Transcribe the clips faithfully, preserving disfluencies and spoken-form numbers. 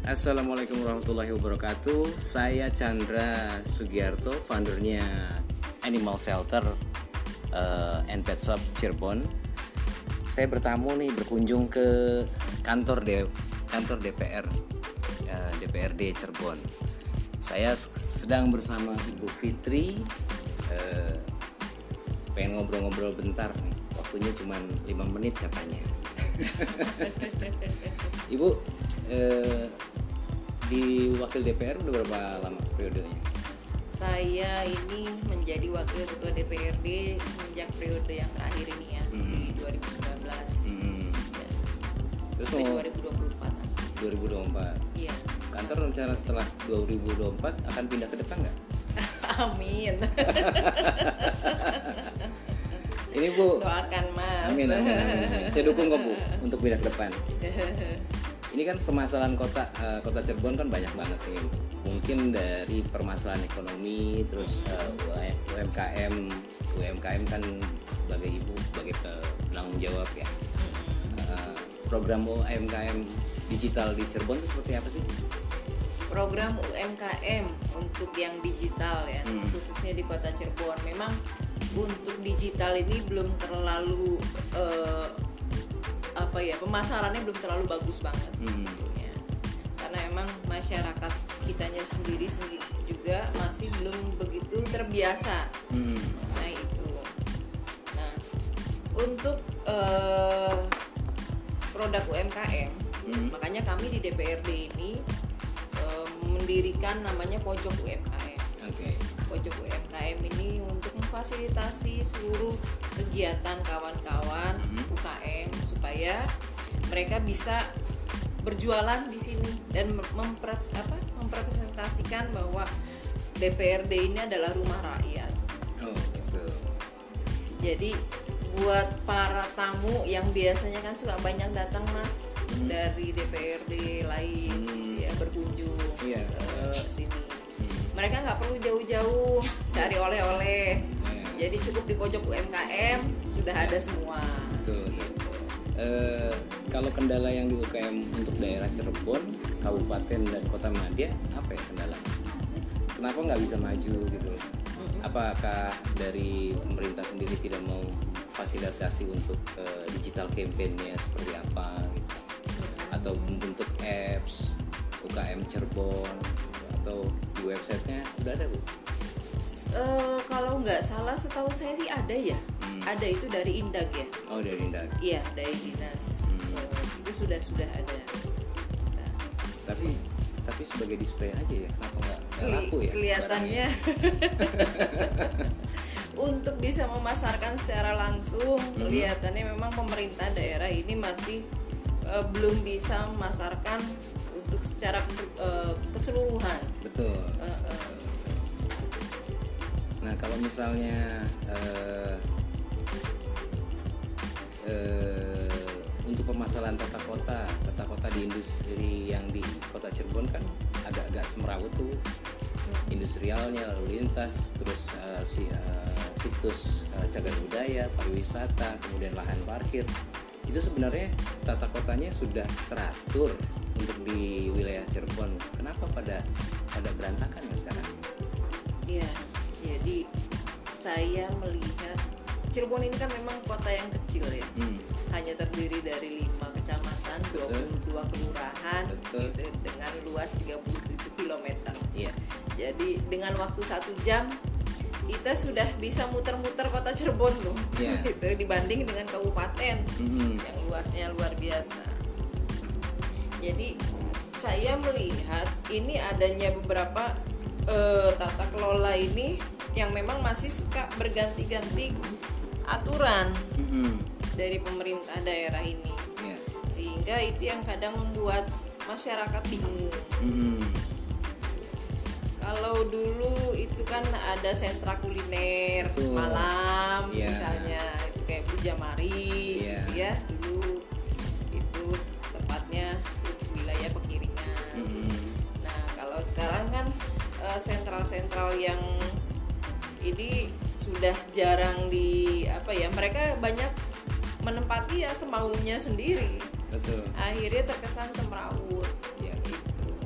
Assalamualaikum warahmatullahi wabarakatuh. Saya Chandra Sugiarto, foundernya Animal Shelter uh, and Pet Shop Cirebon. Saya bertamu nih berkunjung ke kantor D, kantor D P R uh, D P R D Cirebon. Saya sedang bersama Ibu Fitri. Uh, pengen ngobrol-ngobrol bentar nih. Waktunya cuma lima menit katanya. Ibu eh, di wakil D P R udah berapa lama periodenya? Saya ini menjadi wakil ketua D P R D semenjak periode yang terakhir ini ya, hmm. di dua ribu sembilan belas. Hmm. Ya. Terus sampai mau dua ribu dua puluh empat. dua ribu dua puluh empat. Iya. Kantor rencana setelah dua ribu dua puluh empat akan pindah ke depan nggak? Amin. Ini Bu. Doakan Mas. Amin, amin, amin. Saya dukung kok Bu untuk pindah ke depan. Ini kan permasalahan kota uh, kota Cirebon kan banyak banget nih. Mungkin dari permasalahan ekonomi, terus uh, U M K M, U M K M kan sebagai ibu, sebagai penanggung jawab ya. Uh, program U M K M digital di Cirebon itu seperti apa sih? Program U M K M untuk yang digital ya, hmm. khususnya di kota Cirebon. Memang untuk digital ini belum terlalu uh, apa ya, pemasarannya belum terlalu bagus banget hmm. tentunya. Karena emang masyarakat kitanya sendiri sendiri juga masih belum begitu terbiasa. Hmm. Nah itu. Nah untuk uh, produk U M K M, hmm. makanya kami di D P R D ini uh, mendirikan namanya Pojok U M K M. Okay. Pojok U M K M ini untuk memfasilitasi seluruh kegiatan kawan-kawan mm-hmm. U K M supaya mereka bisa berjualan di sini dan mempre, apa, mempresentasikan bahwa D P R D ini adalah rumah rakyat. Oh, betul. Jadi buat para tamu yang biasanya kan suka banyak datang Mas mm-hmm. dari D P R D lain mm-hmm. ya berkunjung yeah. ke sini. Mereka nggak perlu jauh-jauh cari oleh-oleh, yeah. jadi cukup di pojok U M K M sudah yeah. ada semua. Betul. betul. Uh, kalau kendala yang di U K M untuk daerah Cirebon, Kabupaten dan Kota Madya, apa ya kendala? Kenapa nggak bisa maju gitu? Mm-hmm. Apakah dari pemerintah sendiri tidak mau fasilitasi untuk uh, digital campaign-nya seperti apa? Gitu? Mm-hmm. Atau membentuk apps U K M Cirebon? Atau di websitenya udah ada Bu? Uh, kalau nggak salah setahu saya sih ada ya, hmm. ada itu dari Indag ya. Oh dari Indag? Iya dari dinas, hmm. uh, itu sudah sudah ada. Nah. Tapi tapi sebagai display aja ya, kenapa nggak laku ya? Kelihatannya untuk bisa memasarkan secara langsung, hmm. kelihatannya memang pemerintah daerah ini masih uh, belum bisa memasarkan untuk secara keseluruhan. Betul. Uh, uh. Nah kalau misalnya uh, uh, untuk permasalahan tata kota, tata kota di industri yang di kota Cirebon kan agak-agak semrawut tuh, hmm. industrialnya, lalu lintas, terus uh, si, uh, situs uh, cagar budaya, pariwisata, kemudian lahan parkir. Itu sebenarnya tata kotanya sudah teratur untuk di wilayah Cirebon. Kenapa pada pada berantakan ya sekarang? Iya, jadi saya melihat Cirebon ini kan memang kota yang kecil ya, hmm. hanya terdiri dari lima kecamatan, dua puluh dua kelurahan, gitu, dengan luas tiga puluh tujuh kilometer. Iya. Jadi dengan waktu satu jam kita sudah bisa muter-muter kota Cirebon tuh, yeah. gitu, dibanding dengan kabupaten mm-hmm. yang luasnya luar biasa. Jadi saya melihat ini adanya beberapa uh, tata kelola ini yang memang masih suka berganti-ganti aturan mm-hmm. dari pemerintah daerah ini, yeah. sehingga itu yang kadang membuat masyarakat bingung. Mm-hmm. Kalau dulu itu kan ada sentra kuliner Betul. malam yeah. misalnya itu kayak Pujamari yeah. gitu ya, dulu itu tepatnya wilayah Pekiringan. Mm-hmm. Nah kalau sekarang kan uh, sentral-sentral yang ini sudah jarang di apa ya, mereka banyak menempati ya semaunya sendiri. Betul. Akhirnya terkesan semrawut ya gitu.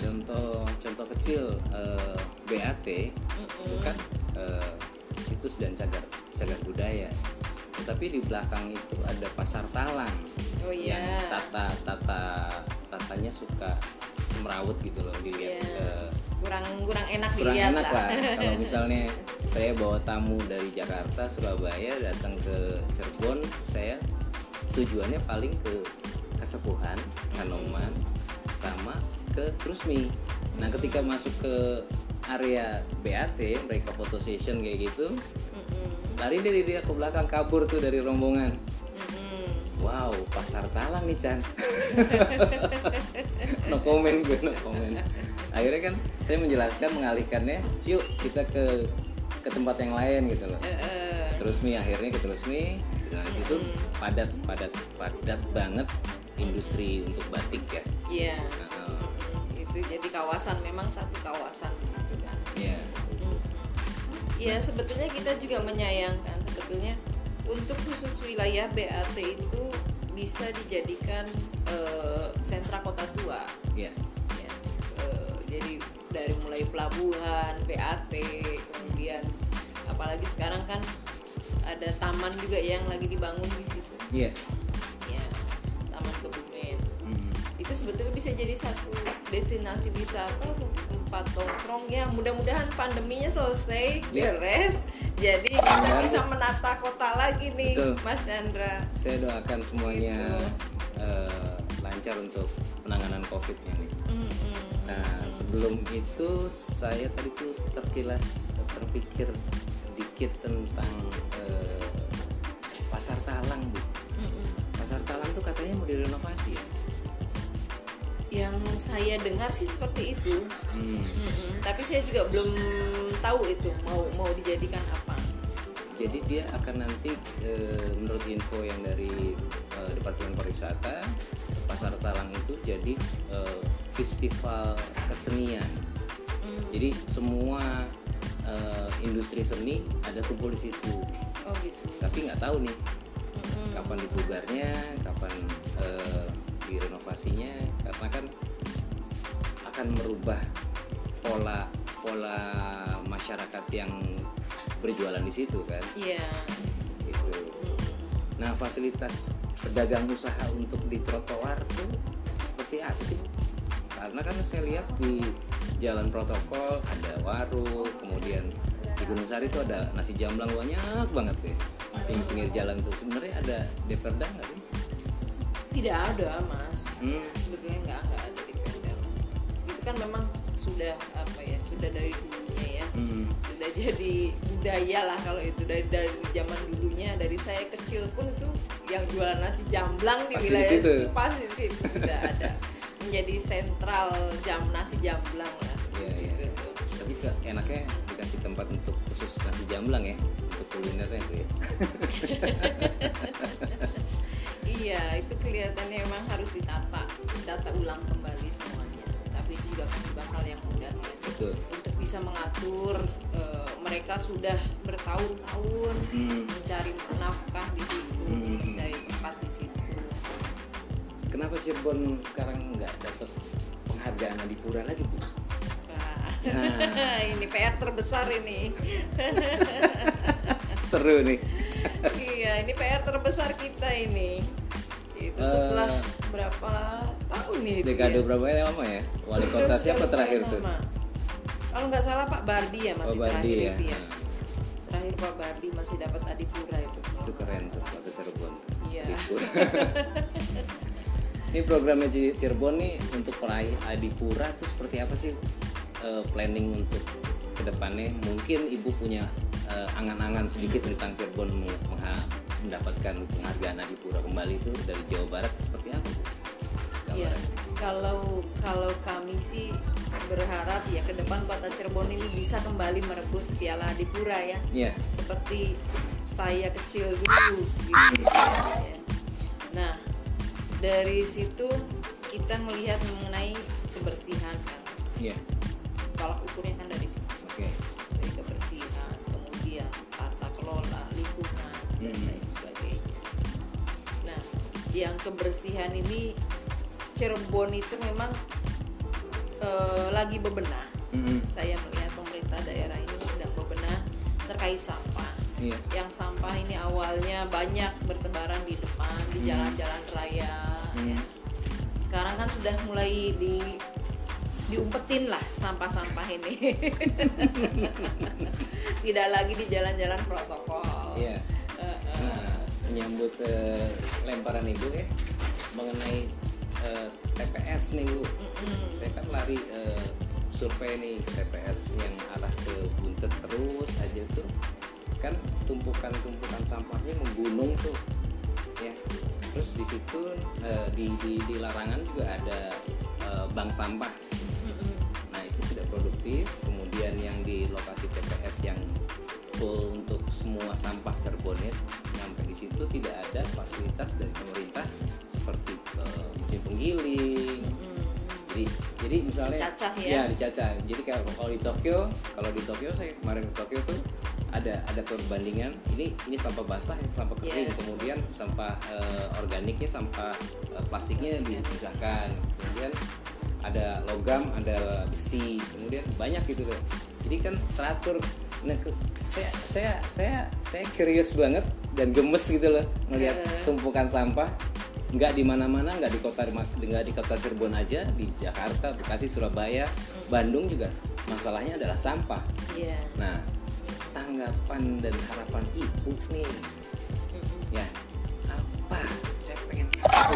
contoh contoh kecil uh, B A T mm-hmm. itu kan uh, situs dan cagar cagar budaya. Tetapi di belakang itu ada pasar talang. Oh iya. Yang tata tata tatanya suka semrawut gitu loh dilihat. Yeah. Uh, kurang kurang enak kurang dilihat enak lah. lah. Kalau misalnya saya bawa tamu dari Jakarta, Surabaya datang ke Cirebon, saya tujuannya paling ke Kasepuhan, Kanoman, sama ke Trusmi. Nah, ketika masuk ke area B A T, mereka foto session kayak gitu, mm-hmm. lari dari dia ke belakang, kabur tuh dari rombongan. Mm-hmm. Wow, pasar talang nih Chan. No comment gue, no comment. Akhirnya kan saya menjelaskan, mengalihkannya, yuk kita ke ke tempat yang lain gitu loh. Uh, Trusmi, akhirnya ke Trusmi. Nah, di situ padat padat padat banget industri untuk batik ya. Iya. Uh, itu jadi kawasan, memang satu kawasan gitu kan. Iya. Iya, sebetulnya kita juga menyayangkan sebetulnya untuk khusus wilayah B A T itu bisa dijadikan uh, sentra kota tua. Iya. Ya. Uh, jadi dari mulai pelabuhan, B A T, kemudian apalagi sekarang kan ada taman juga yang lagi dibangun di situ. Iya. Ya, Taman Kebumen. Mm-hmm. Itu sebetulnya bisa jadi satu destinasi wisata, tempat tongkrong ya. Mudah-mudahan pandeminya selesai, yeah. beres. Jadi kita bisa menata kota lagi nih. Betul. Mas Chandra. Saya doakan semuanya gitu. uh, lancar untuk penanganan COVID-nya nih. Mm-hmm. Nah, sebelum itu saya tadi tuh terkilas terpikir sedikit tentang uh, pasar talang, Bu. Mm-hmm. Pasar talang tuh katanya mau direnovasi ya? Yang saya dengar sih seperti itu. Hmm. Mm-hmm. Tapi saya juga belum tahu itu mau mau dijadikan apa. Jadi dia akan nanti uh, menurut info yang dari uh, Departemen Pariwisata, pasar talang itu jadi uh, festival kesenian. Mm. Jadi semua Uh, industri seni ada kumpul di situ. Oh gitu. Tapi nggak tahu nih mm-hmm. kapan dibugarnya, kapan uh, direnovasinya, karena kan akan merubah pola pola masyarakat yang berjualan di situ kan. Iya. Yeah. Gitu. Mm-hmm. Nah, fasilitas pedagang usaha untuk di trotoar tuh seperti apa sih? Karena kan saya lihat di jalan protokol ada warung, kemudian di Gunung Sari itu ada nasi jamblang banyak banget deh. Di pinggir jalan tuh sebenarnya ada Deperda nggak sih? Tidak ada, Mas. Hmm. Sebetulnya nggak nggak ada Deperda, Mas. Itu kan memang sudah apa ya, sudah dari dulunya ya, hmm. sudah jadi budaya lah kalau itu dari dari zaman dulunya. Dari saya kecil pun itu yang jualan nasi jamblang di pasti wilayah itu pasti sih itu sudah ada. Menjadi sentral jam nasi jamblang lah. Iya, iya. Gitu. Tapi ke, enaknya dikasih tempat untuk khusus nasi jamblang ya, untuk kulinernya itu ya. Iya, itu kelihatannya memang harus ditata, ditata ulang kembali semuanya. Tapi itu juga bukan hal yang mudah ya. Betul. Untuk bisa mengatur uh, mereka sudah bertahun-tahun hmm. mencari nafkah di situ, hmm. mencari tempat di situ. Kenapa Cirebon sekarang nggak dapat penghargaan Adipura lagi, Bu? Nah, nah. Ini P R terbesar ini. Seru nih. Iya, ini P R terbesar kita ini. Itu setelah uh, berapa tahun nih? Dekade ya? Berapa ya lama ya? Wali kota siapa terakhir tuh? Kalau nggak salah Pak Bardi ya masih oh, Bardi terakhir ya? itu ya. Terakhir Pak Bardi masih dapat Adipura itu. Itu keren tuh waktu Cirebon tuh. Iya. Ini programnya Cirebon nih untuk peraih Adipura itu seperti apa sih uh, planning untuk kedepannya? Mungkin Ibu punya uh, angan-angan sedikit tentang Cirebon meng- mendapatkan penghargaan Adipura kembali itu dari Jawa Barat seperti apa? Iya, kalau kalau kami sih berharap ya ke depan kota Cirebon ini bisa kembali merebut Piala Adipura ya. Iya. Seperti saya kecil dulu gitu ya. Nah, dari situ kita melihat mengenai kebersihan kan. Iya. Tolak ukurnya kan dari situ. Oke. Okay. Dari kebersihan, kemudian tata kelola lingkungan hmm. dan lain sebagainya. Nah, yang kebersihan ini Cirebon itu memang uh, lagi bebenah. Mm-hmm. Saya melihat pemerintah daerah ini sedang bebenah terkait sampah. Yeah. Yang sampah ini awalnya banyak bertebaran di depan, di mm. jalan-jalan raya. Mm. Ya. Sekarang kan sudah mulai di diumpetin lah sampah-sampah ini. Tidak lagi di jalan-jalan protokol. Yeah. Uh, uh. Nah, menyambut uh, lemparan ibu ya mengenai uh, T P S nih Bu. Mm-hmm. Saya kan lari uh, survei nih ke T P S yang arah ke Buntet terus aja tuh kan tumpukan-tumpukan sampahnya menggunung tuh ya. Terus di situ uh, di, di di larangan juga ada uh, bank sampah. Mm-hmm. Nah itu tidak produktif. Kemudian yang di lokasi T P S yang full untuk semua sampah Cirebon ya, sampai di situ tidak ada fasilitas dari pemerintah seperti uh, mesin penggiling. Mm-hmm. Jadi, jadi misalnya dicacah ya? Ya dicacah. Jadi kalau kalau di Tokyo, kalau di Tokyo saya kemarin ke Tokyo tuh ada ada perbandingan. Ini ini sampah basah, sampah kering, yeah. Kemudian sampah uh, organiknya, sampah uh, plastiknya dipisahkan. Kemudian ada logam, ada besi, kemudian banyak gitu loh. Jadi kan teratur. Nah, saya saya saya saya curious banget dan gemes gitu loh melihat uh. tumpukan sampah. Nggak di mana-mana, nggak di kota nggak di kota Cirebon aja, di Jakarta, Bekasi, Surabaya, mm. Bandung juga masalahnya adalah sampah. Yeah. Nah, tanggapan dan harapan ibu nih, mm-hmm. ya apa? Saya pengen tahu.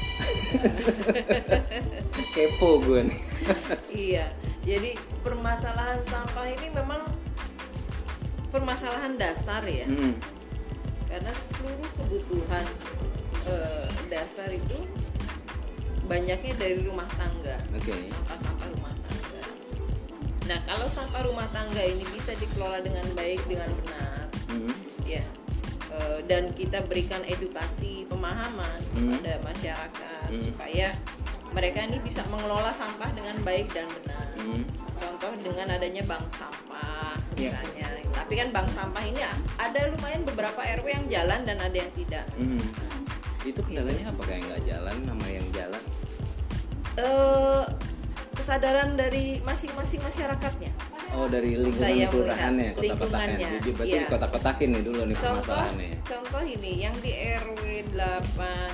Kepo gue nih. Iya, jadi permasalahan sampah ini memang permasalahan dasar ya, mm. karena seluruh kebutuhan Uh, dasar itu banyaknya dari rumah tangga, okay. Sampah-sampah rumah tangga. Nah kalau sampah rumah tangga ini bisa dikelola dengan baik, dengan benar, mm-hmm. ya, uh, dan kita berikan edukasi pemahaman mm-hmm. kepada masyarakat mm-hmm. supaya mereka ini bisa mengelola sampah dengan baik dan benar. Mm-hmm. Contoh dengan adanya bank sampah misalnya. Yeah. Tapi kan bank sampah ini ada lumayan beberapa R W yang jalan dan ada yang tidak. Mm-hmm. Nah, itu kendalanya apa kayak nggak jalan sama yang jalan? Uh, kesadaran dari masing-masing masyarakatnya. Oh dari lingkungan kelurahannya, kota-kotakan. Jadi berarti iya. Kota-kotakin nih dulu nih contoh, permasalahannya. Contoh ini yang di R W delapan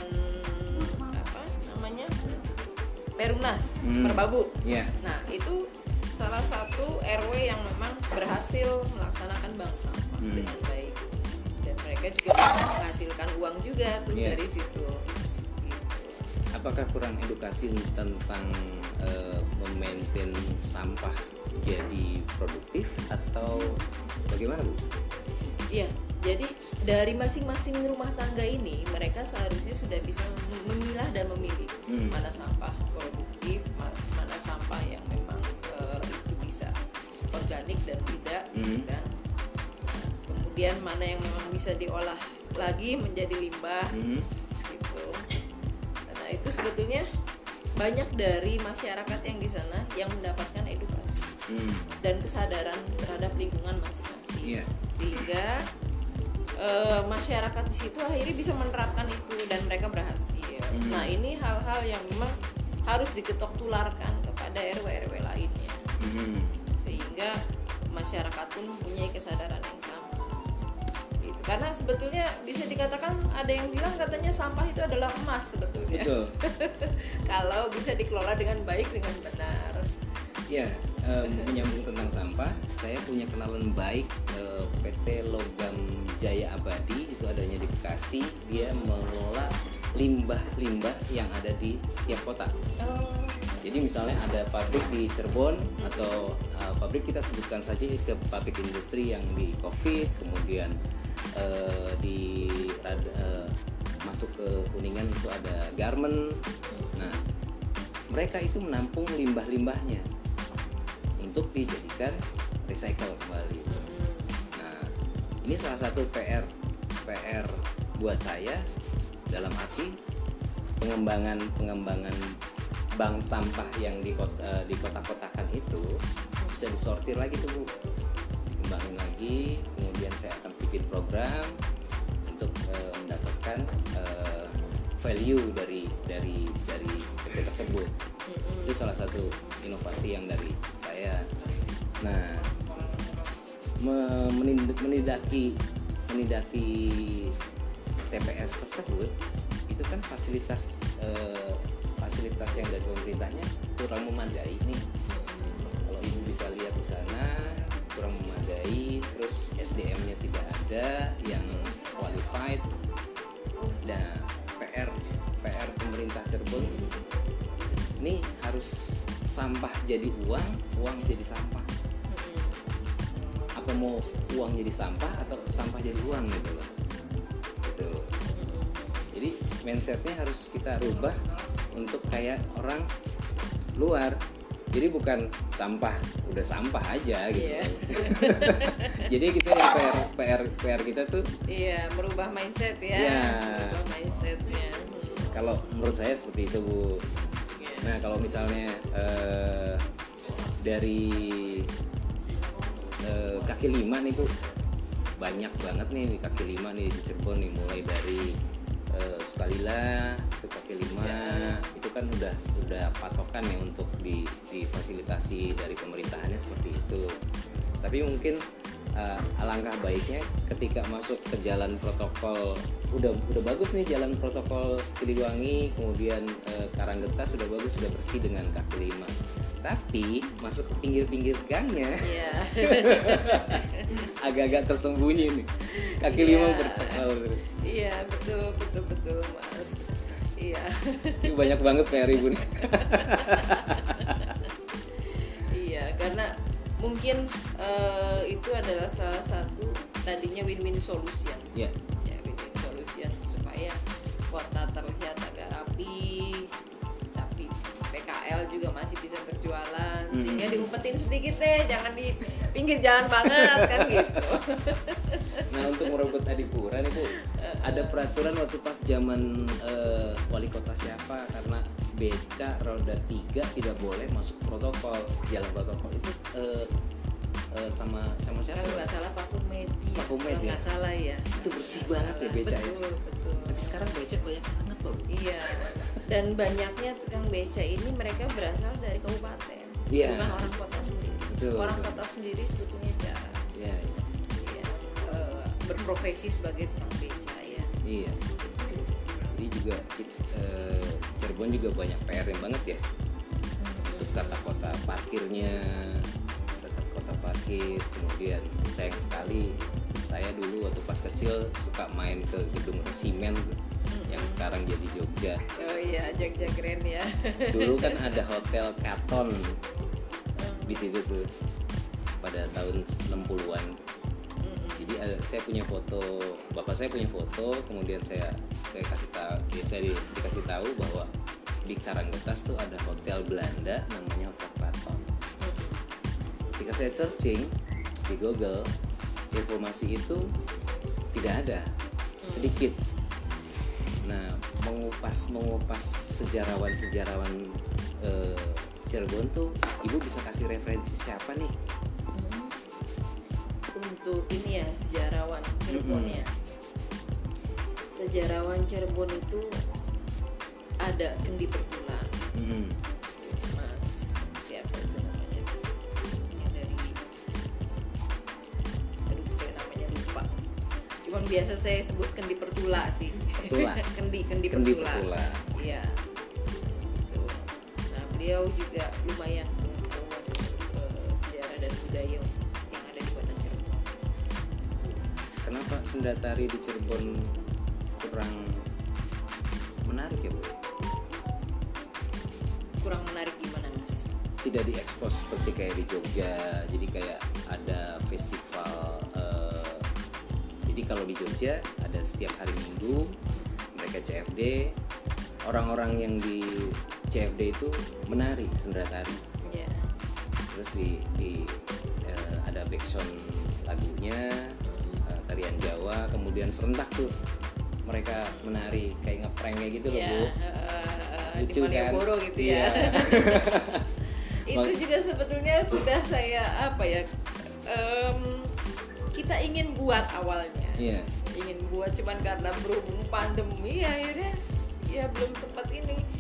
apa namanya? Perumnas, hmm. Merbabu. Yeah. Nah itu salah satu R W yang memang berhasil melaksanakan bank sampah hmm. dengan baik. Dan mereka juga menghasilkan uang juga tuh yeah. dari situ. Gitu. Apakah kurang edukasi tentang uh, memaintain sampah jadi produktif atau bagaimana Bu? Iya, jadi dari masing-masing rumah tangga ini mereka seharusnya sudah bisa memilah dan memilih hmm. mana sampah produktif, mana sampah yang memang uh, itu bisa organik dan tidak, hmm. kan? Kemudian mana yang memang bisa diolah lagi menjadi limbah, mm-hmm. gitu. Nah itu sebetulnya banyak dari masyarakat yang di sana yang mendapatkan edukasi mm. dan kesadaran terhadap lingkungan masing-masing, yeah. sehingga e, masyarakat di situ akhirnya bisa menerapkan itu dan mereka berhasil. Mm. Nah ini hal-hal yang memang harus diketok tularkan kepada R W R W lainnya, mm. sehingga masyarakat pun mempunyai kesadaran yang sama. Karena sebetulnya bisa dikatakan ada yang bilang katanya sampah itu adalah emas sebetulnya. Betul. Kalau bisa dikelola dengan baik, dengan benar. Ya, um, menyambung tentang sampah, saya punya kenalan baik uh, P T Logam Jaya Abadi, itu adanya di Bekasi. Dia mengelola limbah-limbah yang ada di setiap kota. Oh. Jadi misalnya ada pabrik di Cirebon atau uh, pabrik kita sebutkan saja ke pabrik industri yang di Covid, kemudian Uh, di uh, masuk ke Kuningan itu ada garment. Nah, mereka itu menampung limbah-limbahnya untuk dijadikan recycle kembali. Nah, ini salah satu P R P R buat saya dalam arti pengembangan pengembangan bank sampah yang di kota, di kota-kotakan itu bisa disortir lagi tuh Bu. Kembangin lagi, kemudian saya akan bikin program untuk uh, mendapatkan uh, value dari dari dari waktu tersebut. Itu salah satu inovasi yang dari saya. Nah, menindaki menindaki T P S tersebut itu kan fasilitas eh, fasilitas yang dari pemerintahnya kurang memadai nih. Kalau ibu bisa lihat di sana kurang memadai, terus S D M-nya tidak ada yang qualified. Nah, P R P R pemerintah Cirebon ini harus sampah jadi uang, uang jadi sampah. Apa mau uang jadi sampah atau sampah jadi uang gitu loh. Gitu. Jadi mindsetnya harus kita rubah untuk kayak orang luar. Jadi bukan sampah udah sampah aja gitu. Yeah. Jadi kita yang P R P R P R kita tuh iya, yeah, merubah mindset ya. Yeah. Merubah mindsetnya. Kalau menurut saya seperti itu, Bu. Yeah. Nah, kalau misalnya eh, dari eh, kaki lima nih Bu, banyak banget nih di kaki lima nih di Cirebon nih, mulai dari eh, Sukalila ke kaki lima ya. Itu kan udah udah patokan ya untuk di, difasilitasi dari pemerintahannya seperti itu. Tapi mungkin uh, alangkah baiknya ketika masuk ke jalan protokol, udah udah bagus nih jalan protokol Siliwangi, kemudian uh, Karanggetas sudah bagus, sudah bersih dengan kaki lima. Tapi masuk ke pinggir-pinggir gangnya yeah. agak-agak tersembunyi nih kaki yeah. lima bercakal. Iya, betul betul betul Mas. Iya. Ini banyak banget P R ibu nih. Iya, karena mungkin uh, itu adalah salah satu tadinya win-win solution. Iya. Ya, win-win solution supaya kota terlihat agak rapi, tapi P K L juga masih bisa berjualan, hmm. sehingga diumpetin sedikit deh, jangan di pinggir jalan banget kan gitu. Nah, untuk merebut Adipura nih Bu, ada peraturan waktu pas zaman uh, wali kota siapa, karena beca roda tiga tidak boleh masuk protokol, jalan protokol itu uh, uh, sama sama siapa? Kalau nggak salah Pak Kumet ya. Pak Kumet ya. Nggak salah ya. Itu bersih banget ya beca betul, itu. Betul. Tapi sekarang beca banyak banget Bu. Iya. Dan banyaknya tukang beca ini mereka berasal dari kabupaten, yeah. bukan orang kota sendiri. Betul, orang betul. Kota sendiri sebetulnya jarang. Iya. Yeah. Berprofesi sebagai tukang beca ya. Iya. Jadi juga eh, Cirebon juga banyak P R yang banget ya. Hmm. Untuk tata kota parkirnya, tata kota parkir. Kemudian sayang sekali saya dulu waktu pas kecil suka main ke gedung Resimen hmm. yang sekarang jadi Jogja. Oh iya, Jogja keren ya. Dulu kan ada Hotel Katon hmm. di situ tuh pada tahun enam puluhan. Jadi ada, saya punya foto, bapak saya punya foto, kemudian saya saya kasih tahu, ya saya di, dikasih tahu bahwa di Karanggetas tuh ada hotel Belanda namanya Hotel Kraton. Ketika saya searching di Google, informasi itu tidak ada, sedikit. Nah, mengupas mengupas sejarawan-sejarawan eh, Cirebon tuh, ibu bisa kasih referensi siapa nih? Untuk ini ya sejarawan Cirebon ya. Sejarawan Cirebon itu ada Kendi Pertula. Mm-hmm. Mas siapa itu namanya? Yang dari aduh saya namanya lupa. Cuman biasa saya sebut Kendi Pertula sih. Pertula. Kendi Kendi Pertula. Iya. Gitu. Nah, beliau juga lumayan pengetahuan uh, sejarah dan budaya kenapa senda tari di Cirebon kurang menarik ya Bu? Kurang menarik gimana Mas? Tidak diekspos seperti kayak di Jogja. Jadi kayak ada festival. Uh, jadi kalau di Jogja ada setiap hari Minggu mereka C F D. Orang-orang yang di C F D itu menari senda tari. Yeah. Terus di, di uh, ada backsound lagunya. Tarian Jawa, kemudian serentak tuh mereka menari kayak ngeprank kayak gitu yeah, loh Bu. Uh, uh, lucu di kan? gitu ya. Yeah. Itu juga sebetulnya sudah saya apa ya? Um, kita ingin buat awalnya. Yeah. Ingin buat cuman karena berhubung pandemi akhirnya ya belum sempat ini.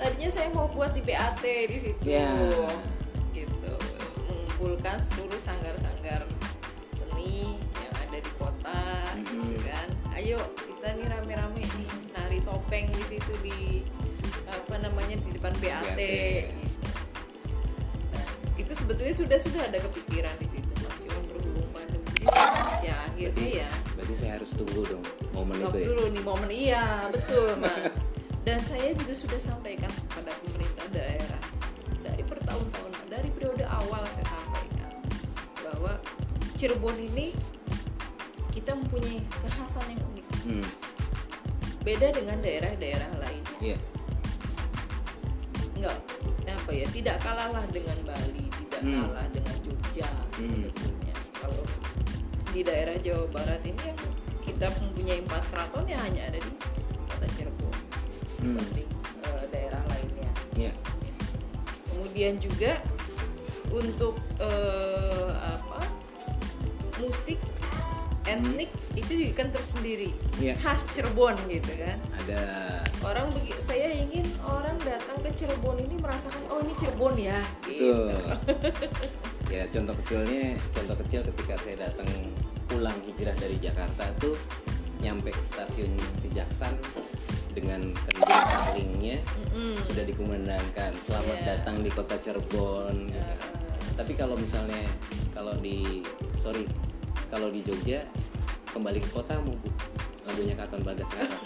tadinya saya mau buat di B A T di situ, Ya. gitu, mengumpulkan seluruh sanggar-sanggar seni yang ada di kota, Mm-hmm. gitu kan. Ayo kita nih rame-rame nih nari topeng di situ di apa namanya di depan B A T. B A T. Gitu. Nah, itu sebetulnya sudah sudah ada kepikiran di situ, Mas. Cuma berhubung pandemi, ya akhirnya Berarti, ya. berarti saya harus tunggu dong momen Stop itu ya. dulu nih momen, iya betul Mas. Dan saya juga sudah sampaikan kepada pemerintah daerah dari bertahun-tahun, dari periode awal saya sampaikan bahwa Cirebon ini kita mempunyai kekhasan yang unik, Hmm. beda dengan daerah-daerah lain. Iya. Enggak, apa ya, tidak kalah lah dengan Bali, tidak Hmm. kalah dengan Jogja Hmm. sebetulnya. Kalau di daerah Jawa Barat ini yang kita mempunyai empat keraton yang hanya ada di kota Cirebon Hmm. dibanding eh, daerah lainnya. Iya. Kemudian juga untuk eh, apa musik etnik itu juga kan tersendiri, Iya. khas Cirebon gitu kan. Ada. Orang begi- saya ingin orang datang ke Cirebon ini merasakan oh ini Cirebon ya. Betul. Gitu. Ya contoh kecilnya, contoh kecil ketika saya datang pulang hijrah dari Jakarta tuh nyampe ke stasiun Kejaksan dengan kendang kalingnya Mm-mm. sudah dikumandangkan selamat Yeah. datang di kota Cirebon. gitu kan. Tapi kalau misalnya kalau di sorry kalau di Jogja kembali ke kotamu Bu, lagunya Katon Bagaskara.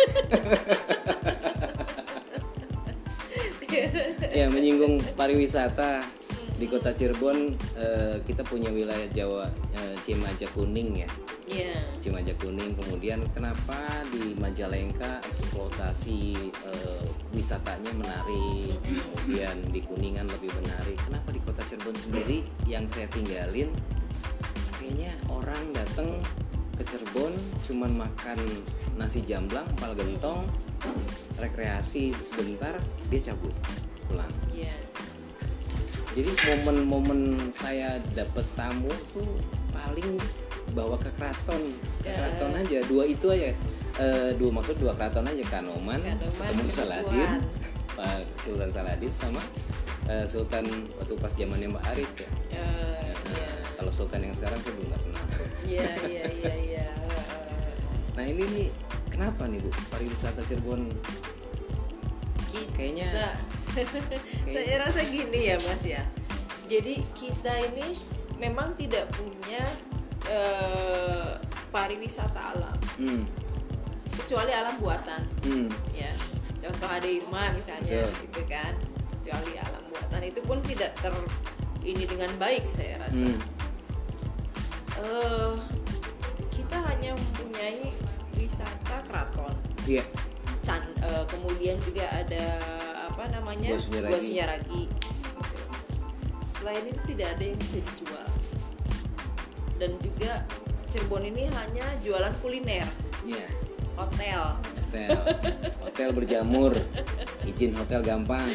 Ya menyinggung pariwisata di kota Cirebon, eh, kita punya wilayah Jawa, eh, Cimaja Kuning ya. Iya. Cimaja Kuning, kemudian kenapa di Majalengka eksploitasi eh, wisatanya menarik, kemudian di Kuningan lebih menarik. Kenapa di kota Cirebon sendiri yang saya tinggalin kayaknya orang datang ke Cirebon cuman makan nasi jamblang, empal gentong, rekreasi sebentar, dia cabut pulang. Iya. Jadi momen-momen saya dapet tamu tuh paling bawa ke keraton, ke Ya. keraton aja, dua itu aja, Eh, dua maksud dua keraton aja, Kanoman, Kanoman, ketemu Saladin, Pakuan. Pak Sultan Saladin sama eh, Sultan waktu pas zamannya Mbak Arif ya. Eh, iya. Kalau Sultan yang sekarang saya belum nggak kenal. Iya, iya, iya, iya. Nah ini nih kenapa nih Bu pariwisata Cirebon Kita, kayaknya saya rasa gini ya Mas ya. Jadi kita ini memang tidak punya eh, pariwisata alam, hmm, kecuali alam buatan. hmm, Ya, contoh ada Irma misalnya, Betul. gitu kan. Kecuali alam buatan itu pun tidak ter ini dengan baik saya rasa. hmm, Eh, kita hanya mempunyai wisata keraton. iya, Can, eh, kemudian juga ada apa namanya Gua Sunyaragi. Gua Sunyaragi. Selain itu tidak ada yang bisa dijual. Dan juga Cirebon ini hanya jualan kuliner, iya. hotel. Hotel, hotel berjamur, izin hotel gampang.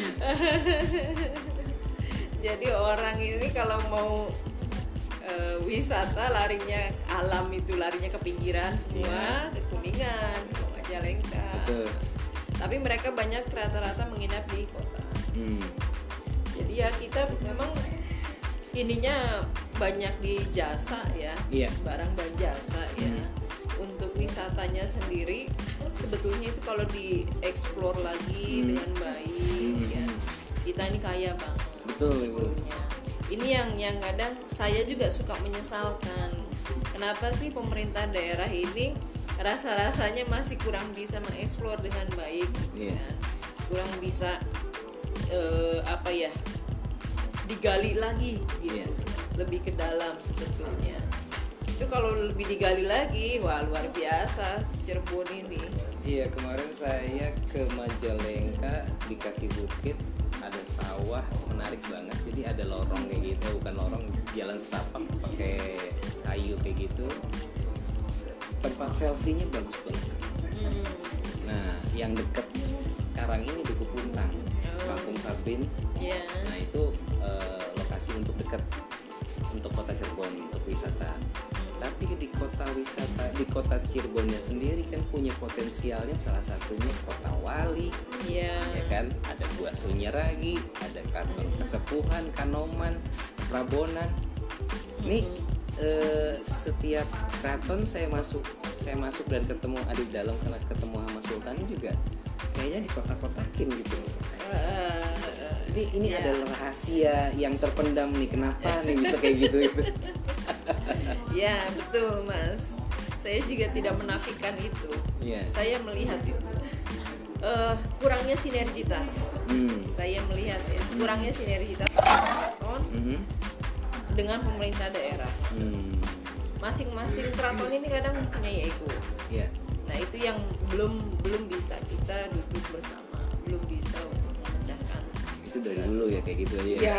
Jadi orang ini kalau mau eh, wisata larinya alam itu larinya ke pinggiran semua, ke Kuningan, ke Majalengka. Betul. Tapi mereka banyak rata-rata menginap di kota. Hmm. Jadi ya kita memang ininya banyak di jasa ya, Iya. barang dan jasa ya. Hmm. Untuk wisatanya sendiri sebetulnya itu kalau dieksplor lagi Hmm. dengan baik Hmm. ya, kita ini kaya banget. Betul, Ibu. sebetulnya. Ini yang yang kadang saya juga suka menyesalkan. Kenapa sih pemerintah daerah ini rasa-rasanya masih kurang bisa mengeksplor dengan baik, Iya. kan? Kurang bisa eh, apa ya, digali lagi gitu, Iya. lebih ke dalam sebetulnya. Itu kalau lebih digali lagi, wah luar biasa Cirebon ini. Iya, kemarin saya ke Majalengka di kaki bukit ada sawah menarik banget. Jadi ada lorong kayak gitu, bukan lorong, jalan setapak pakai kayu kayak gitu. Tempat selfie-nya bagus banget. Hmm. Nah, yang deket sekarang ini Duku Puntang, Oh. Kampung Sabin. Ya. Nah, itu eh, lokasi untuk dekat untuk kota Cirebon untuk wisata. Tapi di kota wisata, di kota Cirebonnya sendiri kan punya potensialnya, salah satunya Kota Wali, Iya. ya kan? Ada Gua Sunyeragi, ada Keraton Kesepuhan, Kanoman, Prabonan. Nih eh, setiap keraton saya masuk, saya masuk dan ketemu ada di dalam, karena ketemu sama Sultannya juga kayaknya di kota-kotakin gitu. Uh, Ini ini ya. adalah rahasia yang terpendam nih, kenapa nih bisa kayak gitu itu. Ya betul Mas, saya juga tidak menafikan itu. Iya. Saya melihat itu uh, kurangnya sinergitas. Hmm. Saya melihat ya kurangnya sinergitas antara keraton Mhm. dengan pemerintah daerah. Hmm. Masing-masing keraton ini kadang mempunyai ego. Ya. Nah itu yang belum belum bisa kita duduk bersama, belum bisa untuk memecahkan. Itu dari dulu ya kayak gitu aja. Ya.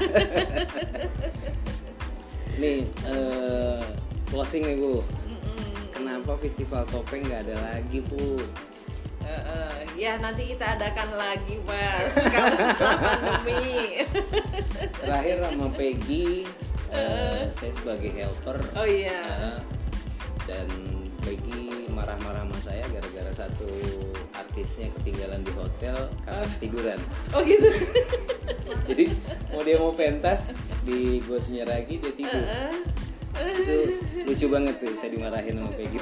Nih eh, closing nih Bu. Mm-mm. Kenapa festival topeng nggak ada lagi Bu? Uh, uh, ya nanti kita adakan lagi Mas kalau setelah pandemi. Terakhir sama Peggy, eh, saya sebagai helper. Oh iya. eh, dan Peggy marah-marah sama saya gara-gara satu artisnya ketinggalan di hotel karena ketiduran. Oh gitu. Jadi mau dia mau pentas di Gua Sunyeragi dia tidur. Itu lucu banget tuh, saya dimarahin sama Peggy.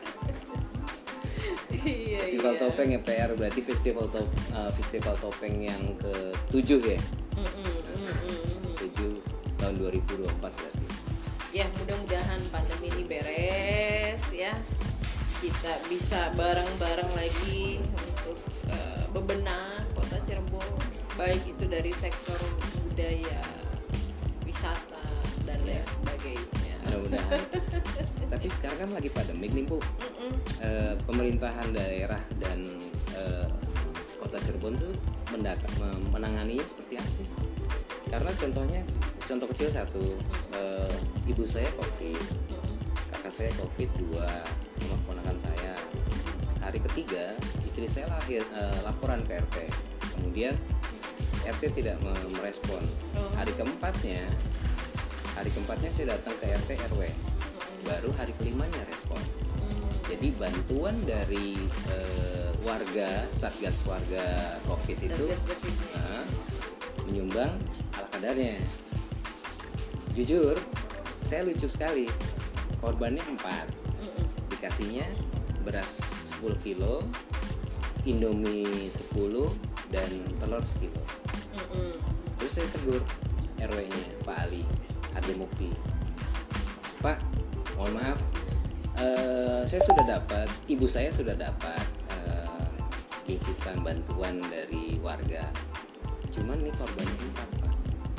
Iya, Festival iya. topeng ya P R, berarti festival top, uh, festival topeng yang ketujuh ya. Mm-mm, mm-mm. Tujuh tahun dua ribu dua puluh empat berarti. Ya mudah-mudahan pandemi ini beres ya, kita bisa bareng-bareng lagi untuk uh, bebenah kota Cirebon, baik itu dari sektor budaya, wisata dan lain sebagainya. Mudah-mudahan. Tapi sekarang kan lagi pandemik nih Bu. Mm-mm. Eh, pemerintahan daerah dan eh, kota Cirebon tuh mendak- menanganinya seperti apa sih? Karena contohnya, contoh kecil satu, eh, ibu saya COVID, kakak saya COVID dua, sama keponakan saya. Hari ketiga istri saya lahir eh, laporan ke R T, kemudian R T tidak me- merespon. Oh. Hari keempatnya, hari keempatnya saya datang ke R T R W, baru hari kelimanya respon. Jadi bantuan dari eh, warga, satgas warga COVID itu Satgas COVID. nah, menyumbang ala kadarnya. Jujur, saya lucu sekali. Korbannya empat, Mm-mm. dikasihnya beras sepuluh kilo, Indomie sepuluh, dan telur sekilo. Mm-mm. Terus saya tegur R W-nya, Pak Ali Ardi Mukti. Pak, mohon maaf, eh, saya sudah dapat, ibu saya sudah dapat eh, bingkisan bantuan dari warga. Cuman nih korbannya empat Pak.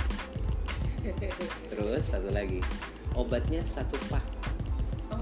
Terus satu lagi, obatnya satu pak. Oh.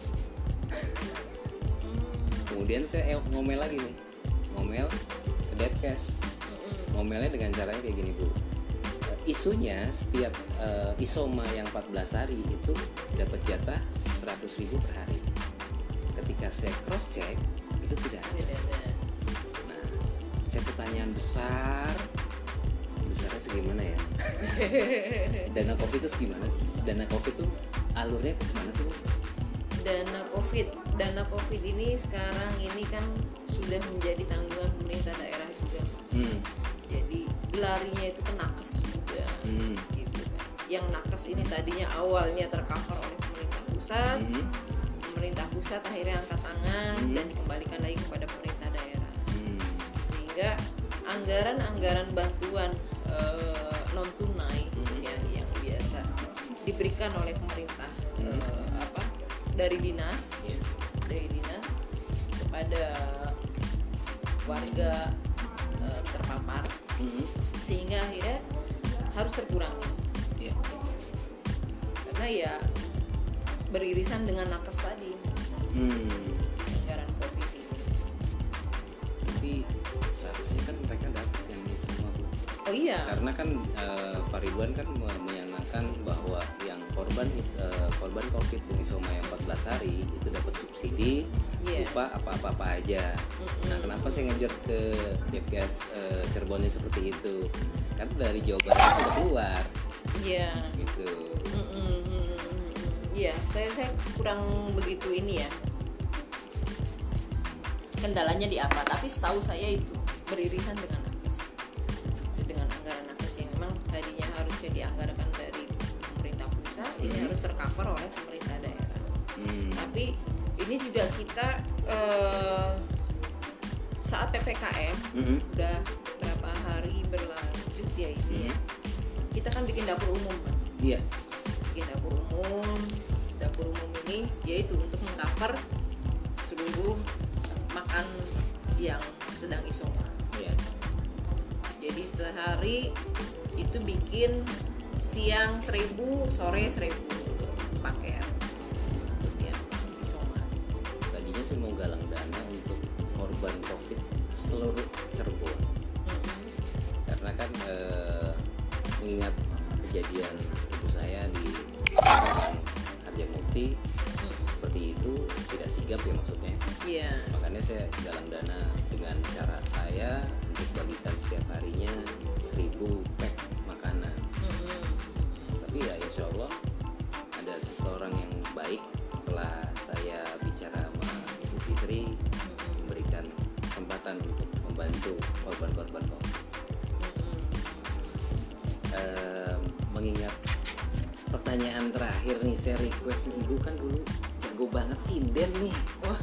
Kemudian saya eh, ngomel lagi nih, ngomel ke Depkes. Ngomelnya dengan caranya kayak gini Bu. Isunya setiap uh, isoma yang empat belas hari itu dapat jatah seratus ribu per hari. Ketika saya cross check itu tidak ada. Tidak ada. Nah, saya pertanyaan besar, besarnya segimana ya? Dana COVID itu segimana? Dana COVID itu alurnya kemana sih Bu? Dana COVID, dana COVID ini sekarang ini kan sudah menjadi tanggungan pemerintah daerah juga Mas. Hmm. Jadi larinya itu ke nakes juga, Hmm. gitu kan. Yang nakes ini tadinya awalnya tercover oleh pemerintah pusat, Hmm. pemerintah pusat akhirnya angkat tangan Hmm. dan dikembalikan lagi kepada pemerintah daerah. Hmm. Sehingga anggaran-anggaran bantuan eh, non tunai Hmm. ya, yang biasa diberikan oleh pemerintah Hmm. eh, apa dari dinas, Ya. dari dinas kepada warga eh, terpapar, Hmm. sehingga akhirnya harus terkurangi Ya. karena ya beririsan dengan nakes tadi, Hmm. anggaran COVID ini. Tapi seharusnya kan mereka dapat yang ini semua Bu. Oh iya. Karena kan eh, Pak Ridwan kan me- menyatakan bahwa yang korban is, eh, korban COVID dengan isoma yang empat belas hari itu dapat subsidi Iya. upah apa-apa aja. Mm-mm. Nah, kenapa saya ngejar ke Depkes eh, Cirebonnya seperti itu? Kan dari Jawa Barat sudah keluar Iya. gitu. Mm-mm. Iya, saya saya kurang begitu ini ya. Kendalanya di apa? Tapi setahu saya itu beririsan dengan nakes. Dengan anggaran nakes yang memang tadinya harusnya dianggarkan dari pemerintah pusat, hmm. ini harus tercover oleh pemerintah daerah. Hmm. Tapi ini juga kita eh, saat P P K M hmm. udah berapa hari berlanjut ya ini hmm. ya. Kita kan bikin dapur umum, Mas. Iya. Bikin dapur umum. Dapur umum ini yaitu untuk mengcover seluruh makan yang sedang isoma. Iya. Jadi sehari itu bikin siang seribu, sore seribu paket ya isoma. Tadinya sih mau galang dana untuk korban COVID seluruh Cirebon. Mm-hmm. Karena kan eh, mengingat kejadian ibu saya di Harjamukti mm-hmm. seperti itu tidak sigap ya maksudnya. Iya. Yeah. Makanya saya galang dana dengan cara saya untuk bagikan setiap harinya seribu pack makanan. Mm-hmm. Tapi ya insya Allah ada seseorang yang baik setelah saya bicara sama Ibu Fitri mm-hmm. memberikan kesempatan untuk membantu korban-korban COVID. Mm-hmm. Uh, mengingat pertanyaan terakhir nih, saya request Ibu kan dulu jago banget sinden nih. Wah,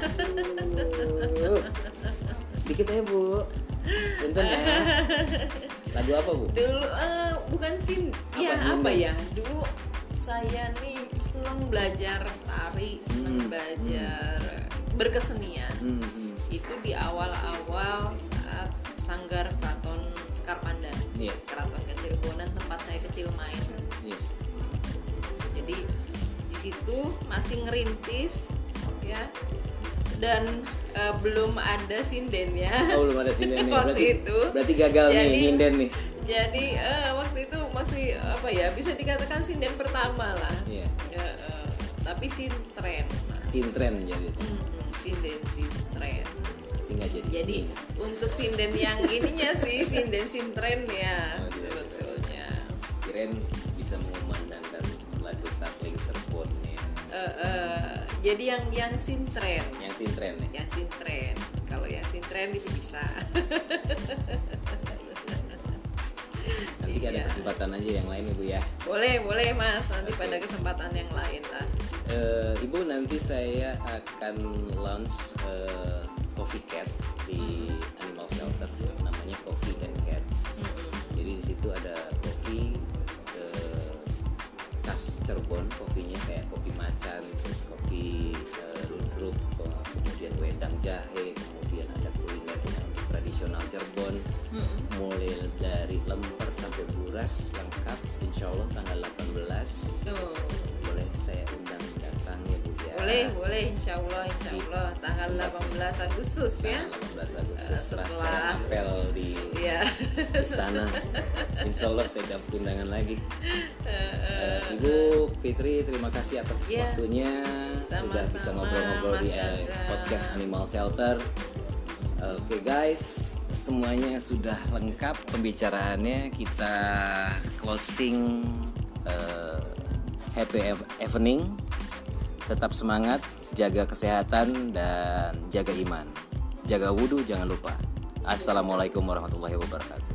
aduh. Dikit aja Bu. Bentar ya. Lagu apa Bu? Dulu uh, bukan sin, apa, ya sinden? Apa ya? Dulu saya nih senang belajar tari, senang hmm, belajar hmm. berkesenian. Hmm, hmm. Itu di awal-awal saat Sanggar Keraton Sekar Pandan, yeah. Keraton Kecirebonan tempat saya kecil main. Yeah. Jadi di situ masih ngerintis ya. Dan uh, belum ada sinden ya. Oh, belum ada sinden waktu berarti, itu. Berarti gagal jadi, nih sinden nih. Jadi uh, waktu itu masih apa ya? Bisa dikatakan sinden pertama lah. Iya. Ya, uh, tapi sintren. Sintren jadi. Mm-hmm, sinden sintren. Tinggal jadi. Jadi ini. Untuk sinden yang ininya sih sinden sintren ya. Oh, sebetulnya. Kirain bisa mengumandangkan lagu Takling Cirebon ya. Uh, uh, jadi yang yang sintren, yang sintren, ya? Yang sintren. Kalau yang sintren itu bisa. Nanti iya. Ada kesempatan aja yang lain Ibu ya. Boleh, boleh Mas. Nanti okay. Pada kesempatan yang lain lah. Uh, Ibu nanti saya akan launch uh, Coffee Cat di mm-hmm. Animal Shelter, namanya Coffee and Cat. Mm-hmm. Jadi di situ ada kopi uh, khas Cirebon, kopinya kayak kopi macan, terus kopi uh, rudruk, kemudian wedang jahe, kemudian ada kuliner yang tradisional Cirebon, mm-hmm. mulai dari lemper sampai buras lengkap. Insya Allah tanggal delapan belas oh. boleh saya undang datang ya Bu ya. Boleh, boleh Insya Allah, Insya Allah tanggal delapan belas Agustus ya. delapan belas Agustus uh, setelah saya apel di yeah. istana. Insya Allah saya dapat undangan lagi. Uh, Ibu Fitri, terima kasih atas yeah. waktunya. Sudah bisa ngobrol-ngobrol di uh, podcast Animal Shelter. Oke okay guys, semuanya sudah lengkap pembicaraannya. Kita closing uh, happy evening. Tetap semangat, jaga kesehatan dan jaga iman. Jaga wudhu jangan lupa. Assalamualaikum warahmatullahi wabarakatuh.